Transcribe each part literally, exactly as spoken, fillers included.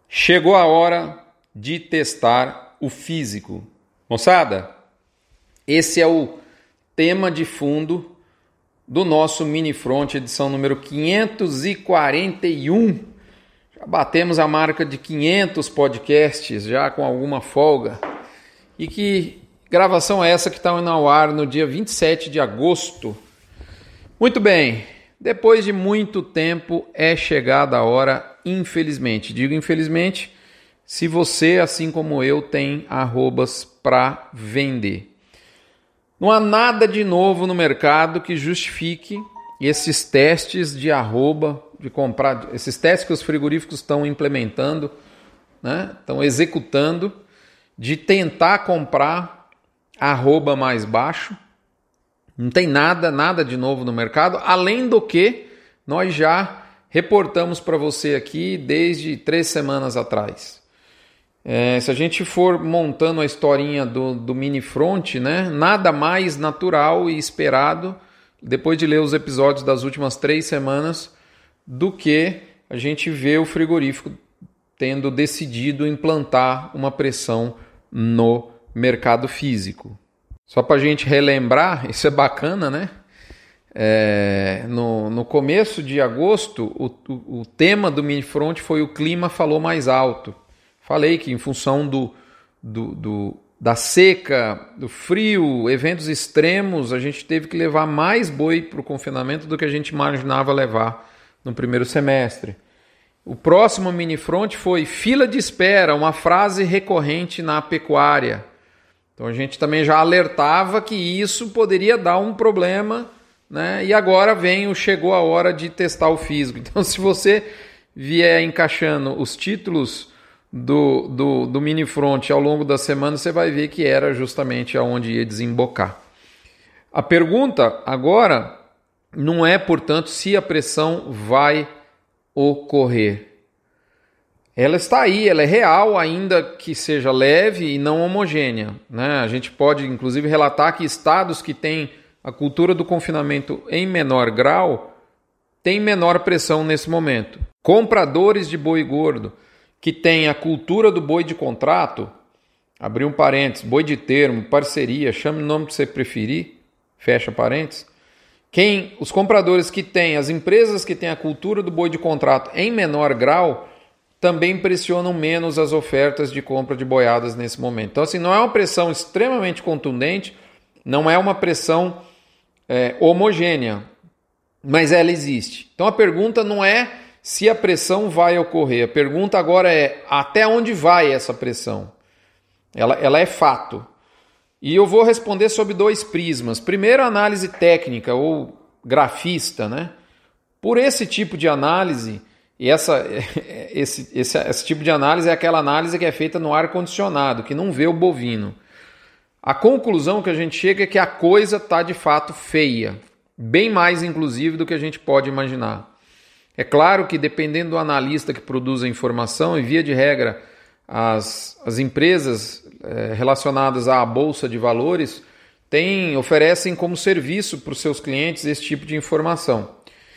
Chegou a hora de testar o físico. Moçada, esse é o tema de fundo do nosso Mini Front, edição número quinhentos e quarenta e um. Já batemos a marca de quinhentos podcasts, já com alguma folga. E que gravação é essa que está indo ao ar no dia vinte e sete de agosto? Muito bem, depois de muito tempo é chegada a hora, infelizmente. Digo infelizmente, se você, assim como eu, tem arrobas para vender. Não há nada de novo no mercado que justifique esses testes de arroba, de comprar, esses testes que os frigoríficos estão implementando, né? Estão executando, de tentar comprar arroba mais baixo. Não tem nada, nada de novo no mercado, além do que nós já reportamos para você aqui desde três semanas atrás. É, se a gente for montando a historinha do, do Mini Front, né, nada mais natural e esperado, depois de ler os episódios das últimas três semanas, do que a gente vê o frigorífico tendo decidido implantar uma pressão no mercado físico. Só para a gente relembrar, isso é bacana, né? É, no, no começo de agosto, o, o, o tema do Mini Front foi o clima falou mais alto. Falei que em função do, do, do, da seca, do frio, eventos extremos, a gente teve que levar mais boi para o confinamento do que a gente imaginava levar no primeiro semestre. O próximo Mini Front foi fila de espera, uma frase recorrente na pecuária. Então a gente também já alertava que isso poderia dar um problema, né? E agora vem o chegou a hora de testar o físico. Então se você vier encaixando os títulos do, do, do Mini Front ao longo da semana, você vai ver que era justamente aonde ia desembocar. A pergunta agora não é, portanto, se a pressão vai ocorrer. Ela está aí, ela é real, ainda que seja leve e não homogênea, né? A gente pode, inclusive, relatar que estados que têm a cultura do confinamento em menor grau têm menor pressão nesse momento. Compradores de boi gordo que têm a cultura do boi de contrato, abrir um parênteses, boi de termo, parceria, chame o nome que você preferir, fecha parênteses. Quem, os compradores que têm, as empresas que têm a cultura do boi de contrato em menor grau, também pressionam menos as ofertas de compra de boiadas nesse momento. Então, assim, não é uma pressão extremamente contundente, não é uma pressão é, homogênea, mas ela existe. Então, a pergunta não é se a pressão vai ocorrer, a pergunta agora é até onde vai essa pressão? Ela, ela é fato. E eu vou responder sob dois prismas. Primeiro, a análise técnica ou grafista, né? Por esse tipo de análise, e essa, esse, esse, esse tipo de análise é aquela análise que é feita no ar-condicionado, que não vê o bovino. A conclusão que a gente chega é que a coisa está de fato feia, bem mais inclusive do que a gente pode imaginar. É claro que dependendo do analista que produz a informação, e via de regra as, as empresas é, relacionadas à bolsa de valores tem, oferecem como serviço para os seus clientes esse tipo de informação.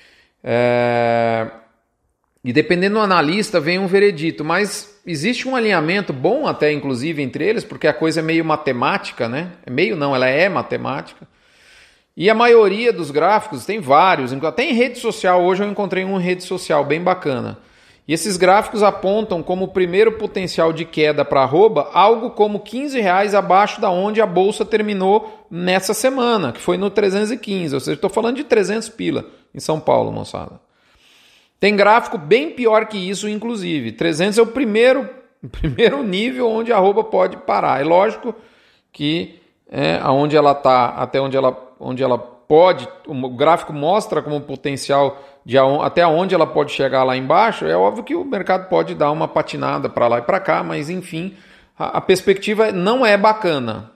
É... E dependendo do analista vem um veredito, mas existe um alinhamento bom até inclusive entre eles, porque a coisa é meio matemática, né? É meio não, ela é matemática. E a maioria dos gráficos, tem vários, até em rede social, hoje eu encontrei um em rede social bem bacana. E esses gráficos apontam como primeiro potencial de queda para arroba algo como quinze reais abaixo da onde a bolsa terminou nessa semana, que foi no trezentos e quinze, ou seja, estou falando de trezentos pila em São Paulo, moçada. Tem gráfico bem pior que isso, inclusive. trezentos é o primeiro, primeiro nível onde a arroba pode parar. É lógico que é, aonde ela está, até onde ela, onde ela pode, o gráfico mostra como potencial de a, até onde ela pode chegar lá embaixo. É óbvio que o mercado pode dar uma patinada para lá e para cá, mas enfim, a, a perspectiva não é bacana.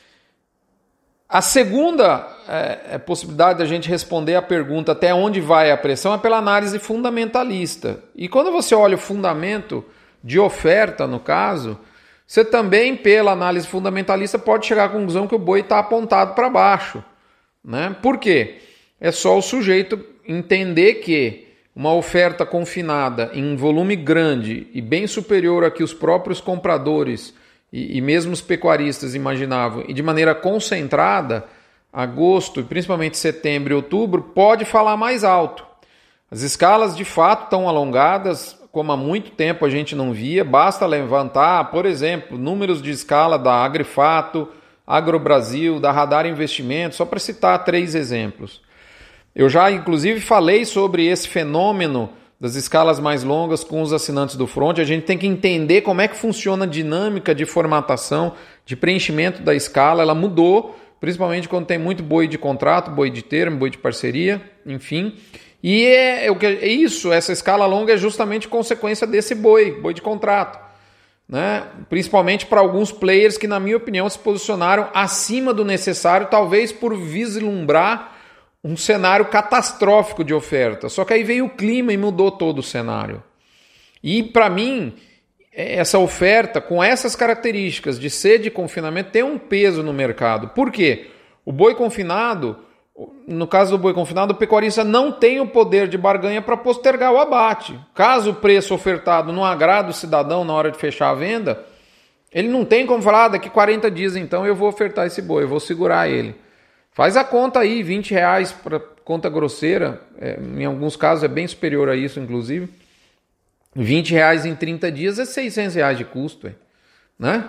A segunda é, é possibilidade da gente responder a pergunta até onde vai a pressão é pela análise fundamentalista. E quando você olha o fundamento de oferta, no caso, você também, pela análise fundamentalista, pode chegar à conclusão que o boi está apontado para baixo, né? Por quê? É só o sujeito entender que uma oferta confinada em volume grande e bem superior a que os próprios compradores e, e mesmo os pecuaristas imaginavam, e de maneira concentrada, agosto e principalmente setembro e outubro, pode falar mais alto. As escalas de fato estão alongadas, como há muito tempo a gente não via. Basta levantar, por exemplo, números de escala da Agrifato, Agrobrasil, da Radar Investimentos, só para citar três exemplos. Eu já, inclusive, falei sobre esse fenômeno das escalas mais longas com os assinantes do Front. A gente tem que entender como é que funciona a dinâmica de formatação, de preenchimento da escala. Ela mudou, principalmente quando tem muito boi de contrato, boi de termo, boi de parceria, enfim. E é, é isso, essa escala longa é justamente consequência desse boi, boi de contrato. Né? Principalmente para alguns players que, na minha opinião, se posicionaram acima do necessário, talvez por vislumbrar um cenário catastrófico de oferta. Só que aí veio o clima e mudou todo o cenário. E para mim, essa oferta com essas características de ser de confinamento tem um peso no mercado. Por quê? O boi confinado, no caso do boi confinado, o pecuarista não tem o poder de barganha para postergar o abate. Caso o preço ofertado não agrade o cidadão na hora de fechar a venda, ele não tem como falar, ah, daqui quarenta dias então eu vou ofertar esse boi, eu vou segurar ele. Faz a conta aí, vinte reais para conta grosseira, é, em alguns casos é bem superior a isso, inclusive. vinte reais em trinta dias é seiscentos reais de custo. É, né?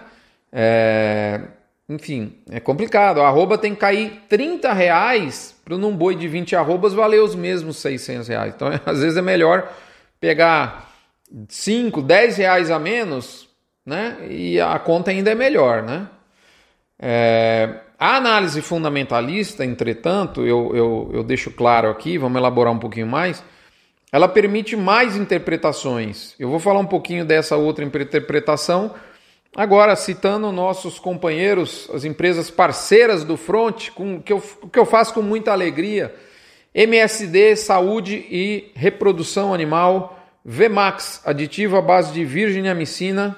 É, enfim, é complicado. A arroba tem que cair trinta reais para num boi de vinte arrobas valer os mesmos seiscentos reais. Então, é, às vezes é melhor pegar cinco, dez reais a menos, né? E a conta ainda é melhor, né? É... A análise fundamentalista, entretanto, eu, eu, eu deixo claro aqui, vamos elaborar um pouquinho mais, ela permite mais interpretações. Eu vou falar um pouquinho dessa outra interpretação, agora citando nossos companheiros, as empresas parceiras do Front, com, que, eu, que eu faço com muita alegria, M S D, Saúde e Reprodução Animal, Vemax, aditivo à base de virginiamicina,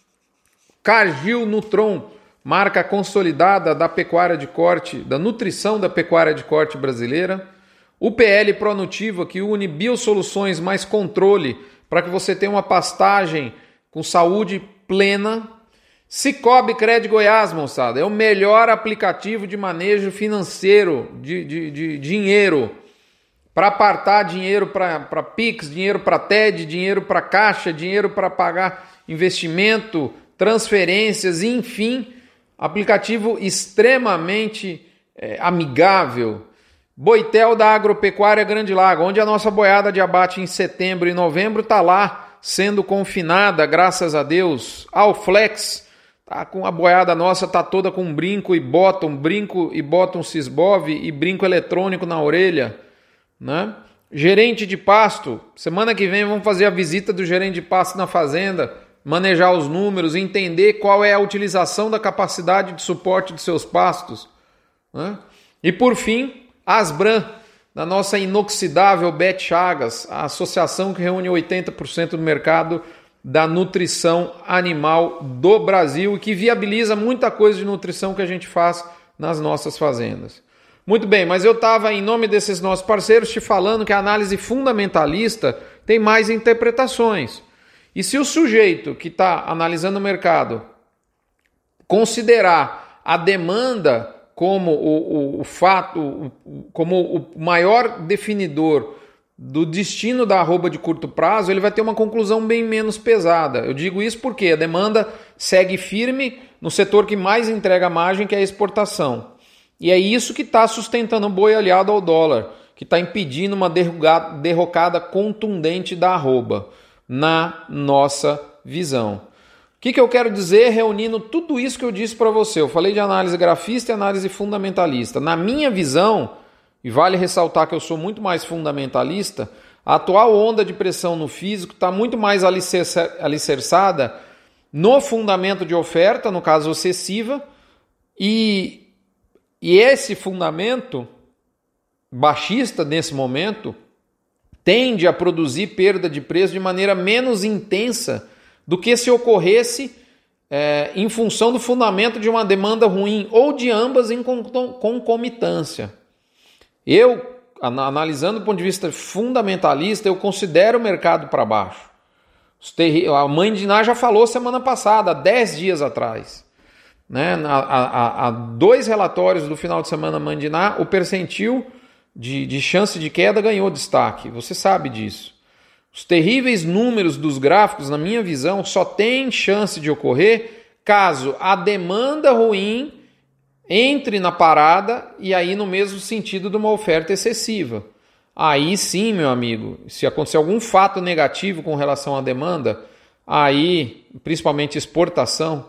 Cargill Nutron, marca consolidada da pecuária de corte, da nutrição da pecuária de corte brasileira. U P L Pronutiva, que une biosoluções mais controle para que você tenha uma pastagem com saúde plena. Cicobi Cred Goiás, moçada, é o melhor aplicativo de manejo financeiro de, de, de dinheiro. Para apartar dinheiro para Pix, dinheiro para T E D, dinheiro para Caixa, dinheiro para pagar investimento, transferências, enfim... Aplicativo extremamente é, amigável. Boitel da Agropecuária Grande Lago, onde a nossa boiada de abate em setembro e novembro está lá sendo confinada, graças a Deus. Alflex, tá com a boiada nossa, tá toda com brinco e bota, um brinco e bota um Sisbov e brinco eletrônico na orelha. Né? Gerente de pasto, semana que vem vamos fazer a visita do gerente de pasto na fazenda, manejar os números, entender qual é a utilização da capacidade de suporte de seus pastos. Né? E por fim, Asbran, da nossa inoxidável Bet Chagas, a associação que reúne oitenta por cento do mercado da nutrição animal do Brasil e que viabiliza muita coisa de nutrição que a gente faz nas nossas fazendas. Muito bem, mas eu estava, em nome desses nossos parceiros, te falando que a análise fundamentalista tem mais interpretações. E se o sujeito que está analisando o mercado considerar a demanda como o, o, o fato, o, como o maior definidor do destino da arroba de curto prazo, ele vai ter uma conclusão bem menos pesada. Eu digo isso porque a demanda segue firme no setor que mais entrega margem, que é a exportação. E é isso que está sustentando o boi aliado ao dólar, que está impedindo uma derrugada, derrocada contundente da arroba, na nossa visão. O que, que eu quero dizer reunindo tudo isso que eu disse para você? Eu falei de análise grafista e análise fundamentalista. Na minha visão, e vale ressaltar que eu sou muito mais fundamentalista, a atual onda de pressão no físico está muito mais alicerçada no fundamento de oferta, no caso excessiva, e, e esse fundamento baixista nesse momento tende a produzir perda de preço de maneira menos intensa do que se ocorresse é, em função do fundamento de uma demanda ruim ou de ambas em concomitância. Eu analisando do ponto de vista fundamentalista, eu considero o mercado para baixo. A mãe de Ná já falou semana passada, há dez dias atrás. Né? Há dois relatórios do final de semana mãe de Ná, o percentil de, de chance de queda ganhou destaque. Você sabe disso. Os terríveis números dos gráficos, na minha visão, só tem chance de ocorrer caso a demanda ruim entre na parada e aí no mesmo sentido de uma oferta excessiva. Aí sim, meu amigo, se acontecer algum fato negativo com relação à demanda, aí, principalmente exportação,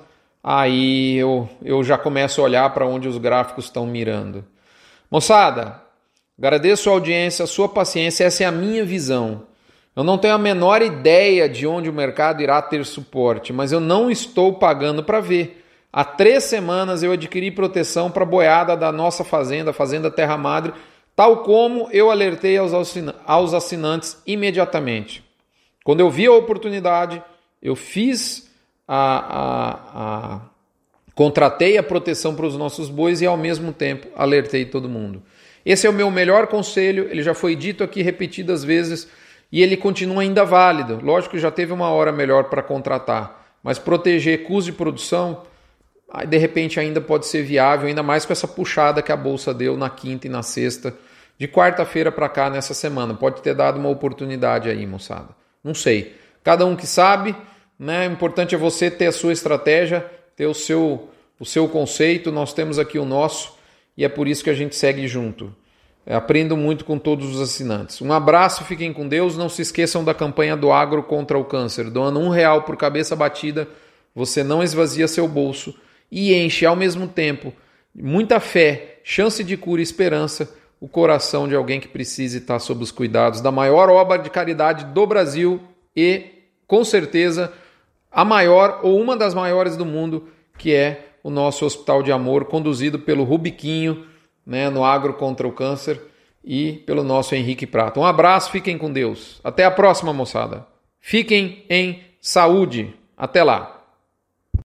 aí eu, eu já começo a olhar para onde os gráficos estão mirando. Moçada, agradeço a audiência, a sua paciência, essa é a minha visão. Eu não tenho a menor ideia de onde o mercado irá ter suporte, mas eu não estou pagando para ver. Há três semanas eu adquiri proteção para a boiada da nossa fazenda, a Fazenda Terra Madre, tal como eu alertei aos assinantes imediatamente. Quando eu vi a oportunidade, eu fiz a, a, a contratei a proteção para os nossos bois e ao mesmo tempo alertei todo mundo. Esse é o meu melhor conselho, ele já foi dito aqui repetidas vezes e ele continua ainda válido. Lógico que já teve uma hora melhor para contratar, mas proteger custo de produção, de repente ainda pode ser viável, ainda mais com essa puxada que a Bolsa deu na quinta e na sexta, de quarta-feira para cá nessa semana. Pode ter dado uma oportunidade aí, moçada. Não sei. Cada um que sabe, né? O importante é você ter a sua estratégia, ter o seu, o seu conceito. Nós temos aqui o nosso e é por isso que a gente segue junto. Aprendo muito com todos os assinantes. Um abraço, fiquem com Deus. Não se esqueçam da campanha do Agro contra o Câncer. Doando um real por cabeça batida, você não esvazia seu bolso e enche ao mesmo tempo muita fé, chance de cura e esperança o coração de alguém que precise estar sob os cuidados da maior obra de caridade do Brasil e, com certeza, a maior ou uma das maiores do mundo, que é o nosso Hospital de Amor, conduzido pelo Rubiquinho, né, no Agro contra o Câncer, e pelo nosso Henrique Prata. Um abraço, fiquem com Deus. Até a próxima, moçada. Fiquem em saúde. Até lá.